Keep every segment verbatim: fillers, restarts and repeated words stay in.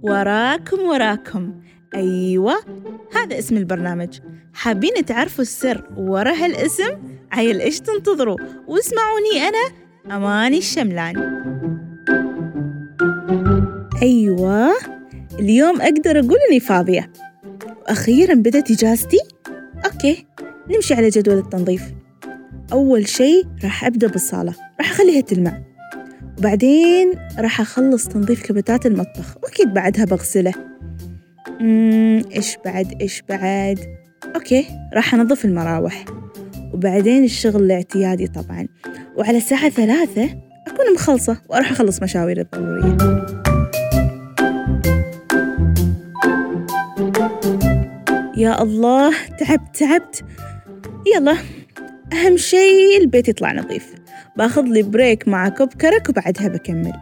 وراكم وراكم أيوة، هذا اسم البرنامج. حابين تعرفوا السر ورا هالاسم؟ عيل إيش تنتظروا؟ واسمعوني أنا أماني الشملاني. أيوة، اليوم أقدر أقول إني فاضية، وأخيراً بدأت إجازتي. أوكي، نمشي على جدول التنظيف. أول شيء راح أبدأ بالصالة، راح أخليها تلمع، وبعدين راح أخلص تنظيف كبتات المطبخ، وأكيد بعدها بغسله. مم، إيش بعد إيش بعد أوكي، راح أنظف المراوح، وبعدين الشغل الاعتيادي طبعاً، وعلى الساعة ثلاثة أكون مخلصة وأروح أخلص مشاوير الضرورية. يا الله، تعبت تعبت يلا، أهم شيء البيت يطلع نظيف. باخذ لي بريك مع كوب كرك وبعدها بكمل.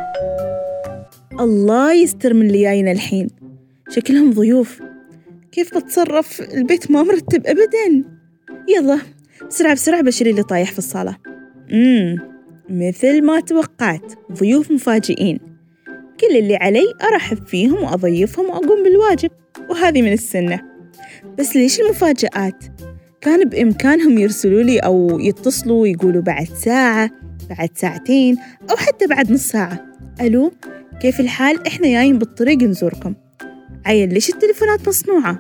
الله يستر من اللي جايين الحين، شكلهم ضيوف. كيف بتصرف؟ البيت ما مرتب أبداً. يلا بسرعة بسرعة بشيل اللي طايح في الصالة. امم مثل ما توقعت، ضيوف مفاجئين. كل اللي علي أرحب فيهم وأضيفهم وأقوم بالواجب، وهذه من السنة. بس ليش المفاجآت؟ كان بإمكانهم يرسلوا لي أو يتصلوا ويقولوا بعد ساعة، بعد ساعتين، أو حتى بعد نص ساعة. ألو، كيف الحال؟ إحنا جايين بالطريق نزوركم. عيل، ليش التليفونات مصنوعة؟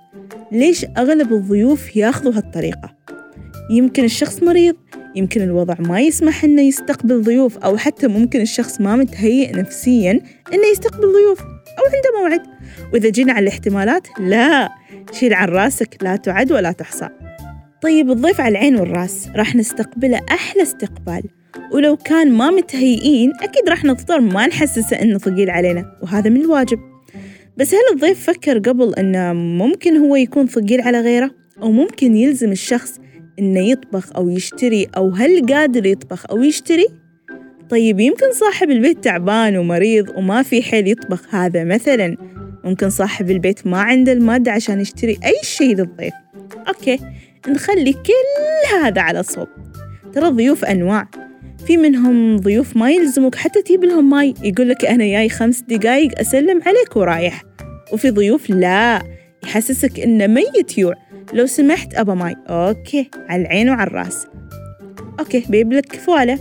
ليش أغلب الضيوف ياخذوا هالطريقة؟ يمكن الشخص مريض، يمكن الوضع ما يسمح إنه يستقبل ضيوف، أو حتى ممكن الشخص ما متهيئ نفسياً إنه يستقبل ضيوف، أو عنده موعد. وإذا جينا على الاحتمالات، لا، شيل عن راسك، لا تعد ولا تحصى. طيب الضيف على العين والراس، راح نستقبله أحلى استقبال، ولو كان ما متهيئين أكيد راح نضطر ما نحسسه إنه ثقيل علينا، وهذا من الواجب. بس هل الضيف فكر قبل إنه ممكن هو يكون ثقيل على غيره؟ أو ممكن يلزم الشخص إنه يطبخ أو يشتري، أو هل قادر يطبخ أو يشتري؟ طيب يمكن صاحب البيت تعبان ومريض وما في حيل يطبخ، هذا مثلاً. ممكن صاحب البيت ما عنده المادة عشان يشتري أي شيء للضيف. أوكي، نخلي كل هذا على صوب. ترى الضيوف أنواع، في منهم ضيوف ما يلزمك حتى تجيب لهم ماي، يقول لك أنا جاي خمس دقايق أسلم عليك ورايح. وفي ضيوف لا، يحسسك إنه ميت يوع، لو سمحت أبا ماي. أوكي، على العين وعلى الراس. أوكي، بيب لك كفالة.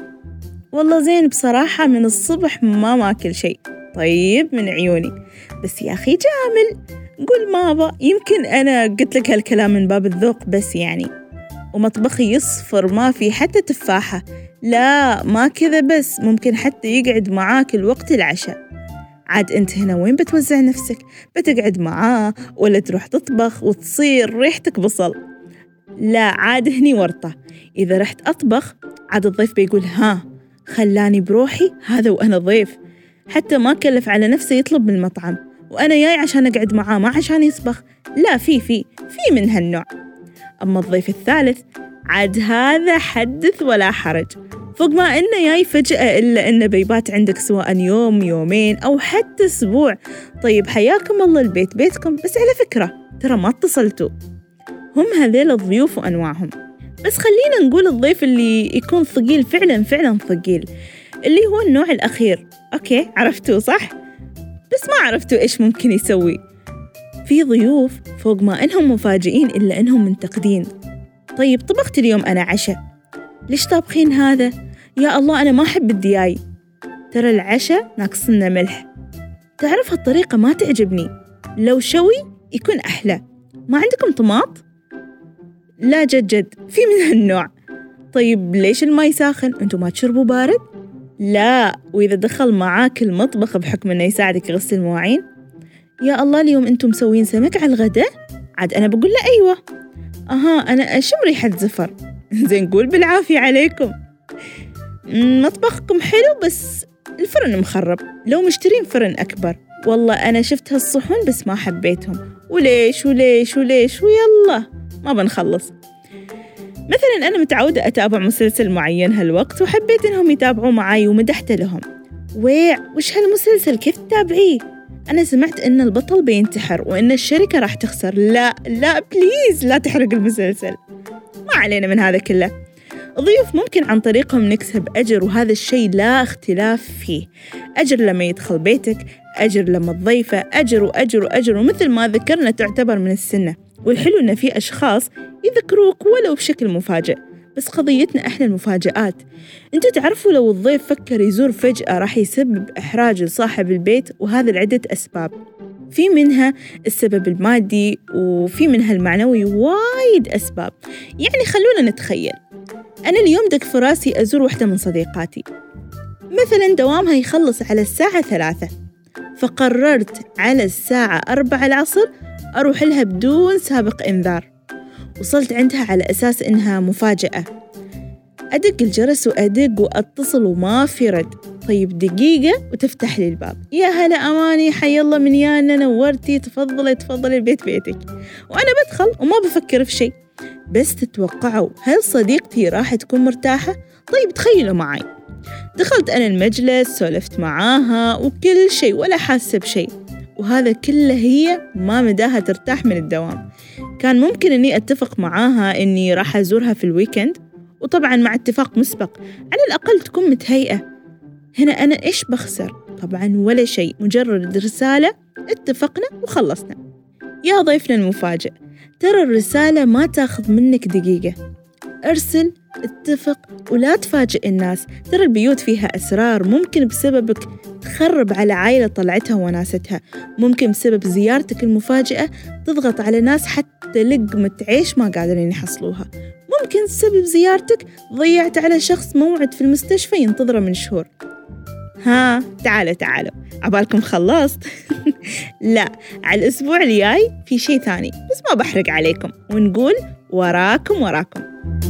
والله زين بصراحة، من الصبح ما ماكل شيء. طيب من عيوني، بس يا أخي جامل، قول مابا، يمكن أنا قلت لك هالكلام من باب الذوق بس يعني. ومطبخي يصفر، ما في حتى تفاحة. لا، ما كذا بس، ممكن حتى يقعد معاك الوقت العشاء. عاد أنت هنا وين بتوزع نفسك؟ بتقعد معاه ولا تروح تطبخ وتصير ريحتك بصل؟ لا، عاد هني ورطة. إذا رحت أطبخ عاد الضيف بيقول ها، خلاني بروحي هذا وأنا ضيف، حتى ما كلف على نفسه يطلب من المطعم، وأنا جاي عشان أقعد معاه ما عشان يسبخ. لا، في في في من هالنوع. أما الضيف الثالث عاد هذا حدث ولا حرج، فوق ما إنه جاي فجأة، إلا إنه بيبات عندك سواء يوم يومين أو حتى أسبوع. طيب حياكم الله، البيت بيتكم، بس على فكرة ترى ما اتصلتوا. هم هذيل الضيوف وأنواعهم. بس خلينا نقول الضيف اللي يكون ثقيل فعلا فعلا ثقيل، اللي هو النوع الأخير. أوكي، عرفتوا صح؟ بس ما عرفتوا إيش ممكن يسوي. في ضيوف فوق ما إنهم مفاجئين إلا إنهم منتقدين. طيب طبخت اليوم أنا عشاء، ليش طابخين هذا؟ يا الله، أنا ما أحب الدياي، ترى العشاء ناقصنا ملح. تعرف هالطريقة ما تعجبني، لو شوي يكون أحلى. ما عندكم طماط؟ لا، جد جد في من هالنوع. طيب ليش الماء ساخن؟ أنتوا ما تشربوا بارد؟ لا، وإذا دخل معاك المطبخ بحكم أنه يساعدك يغسل المواعين. يا الله، اليوم أنتم مسوين سمك على الغداء؟ عاد أنا بقول له أيوة. أها، أنا أشم ريحة زفر. زين، قول بالعافية عليكم. مطبخكم حلو بس الفرن مخرب، لو مشترين فرن أكبر. والله أنا شفت هالصحون بس ما حبيتهم، وليش وليش وليش ويلا ما بنخلص. مثلا أنا متعودة أتابع مسلسل معين هالوقت، وحبيت إنهم يتابعوا معاي ومدحت لهم. ويع، وش هالمسلسل؟ كيف تتابعيه؟ أنا سمعت إن البطل بينتحر وإن الشركة راح تخسر. لا لا بليز لا تحرق المسلسل. ما علينا من هذا كله. الضيوف ممكن عن طريقهم نكسب أجر، وهذا الشيء لا اختلاف فيه. أجر لما يدخل بيتك، أجر لما تضيفه، أجر وأجر وأجر، ومثل ما ذكرنا تعتبر من السنة. والحلو إن في أشخاص يذكروك ولو بشكل مفاجئ. بس قضيتنا إحنا المفاجآت. أنتوا تعرفوا لو الضيف فكر يزور فجأة راح يسبب إحراج لصاحب البيت، وهذا لعدة أسباب. في منها السبب المادي، وفي منها المعنوي، وايد أسباب. يعني خلونا نتخيل، أنا اليوم دق في راسي أزور واحدة من صديقاتي، مثلاً دوامها يخلص على الساعة ثلاثة، فقررت على الساعة أربعة العصر أروح لها بدون سابق إنذار. وصلت عندها على أساس إنها مفاجأة. أدق الجرس وأدق وأتصل وما في رد. طيب دقيقة وتفتح لي الباب، يا هلا أماني، حي الله من يانا، نورتي، تفضلي تفضلي، البيت بيتك. وأنا بدخل وما بفكر في شيء. بس تتوقعوا هل صديقتي راح تكون مرتاحة؟ طيب تخيلوا معي، دخلت أنا المجلس، سولفت معاها وكل شيء ولا حاسة بشيء، وهذا كله هي ما مداها ترتاح من الدوام. كان ممكن أني أتفق معاها أني راح أزورها في الويكند، وطبعاً مع اتفاق مسبق على الأقل تكون متهيئة. هنا أنا إيش بخسر؟ طبعاً ولا شيء، مجرد رسالة اتفقنا وخلصنا. يا ضيفنا المفاجئ، ترى الرسالة ما تاخذ منك دقيقة. ارسل، اتفق، ولا تفاجئ الناس. ترى البيوت فيها أسرار، ممكن بسببك تخرب على عائلة طلعتها وناستها. ممكن بسبب زيارتك المفاجئة تضغط على ناس حتى لقمة عيش ما قادرين يحصلوها. ممكن بسبب زيارتك ضيعت على شخص موعد في المستشفى ينتظره من شهور. ها تعالوا تعالوا، عبالكم خلصت؟ لا، على الأسبوع الجاي في شيء ثاني، بس ما بحرق عليكم، ونقول وراكم وراكم.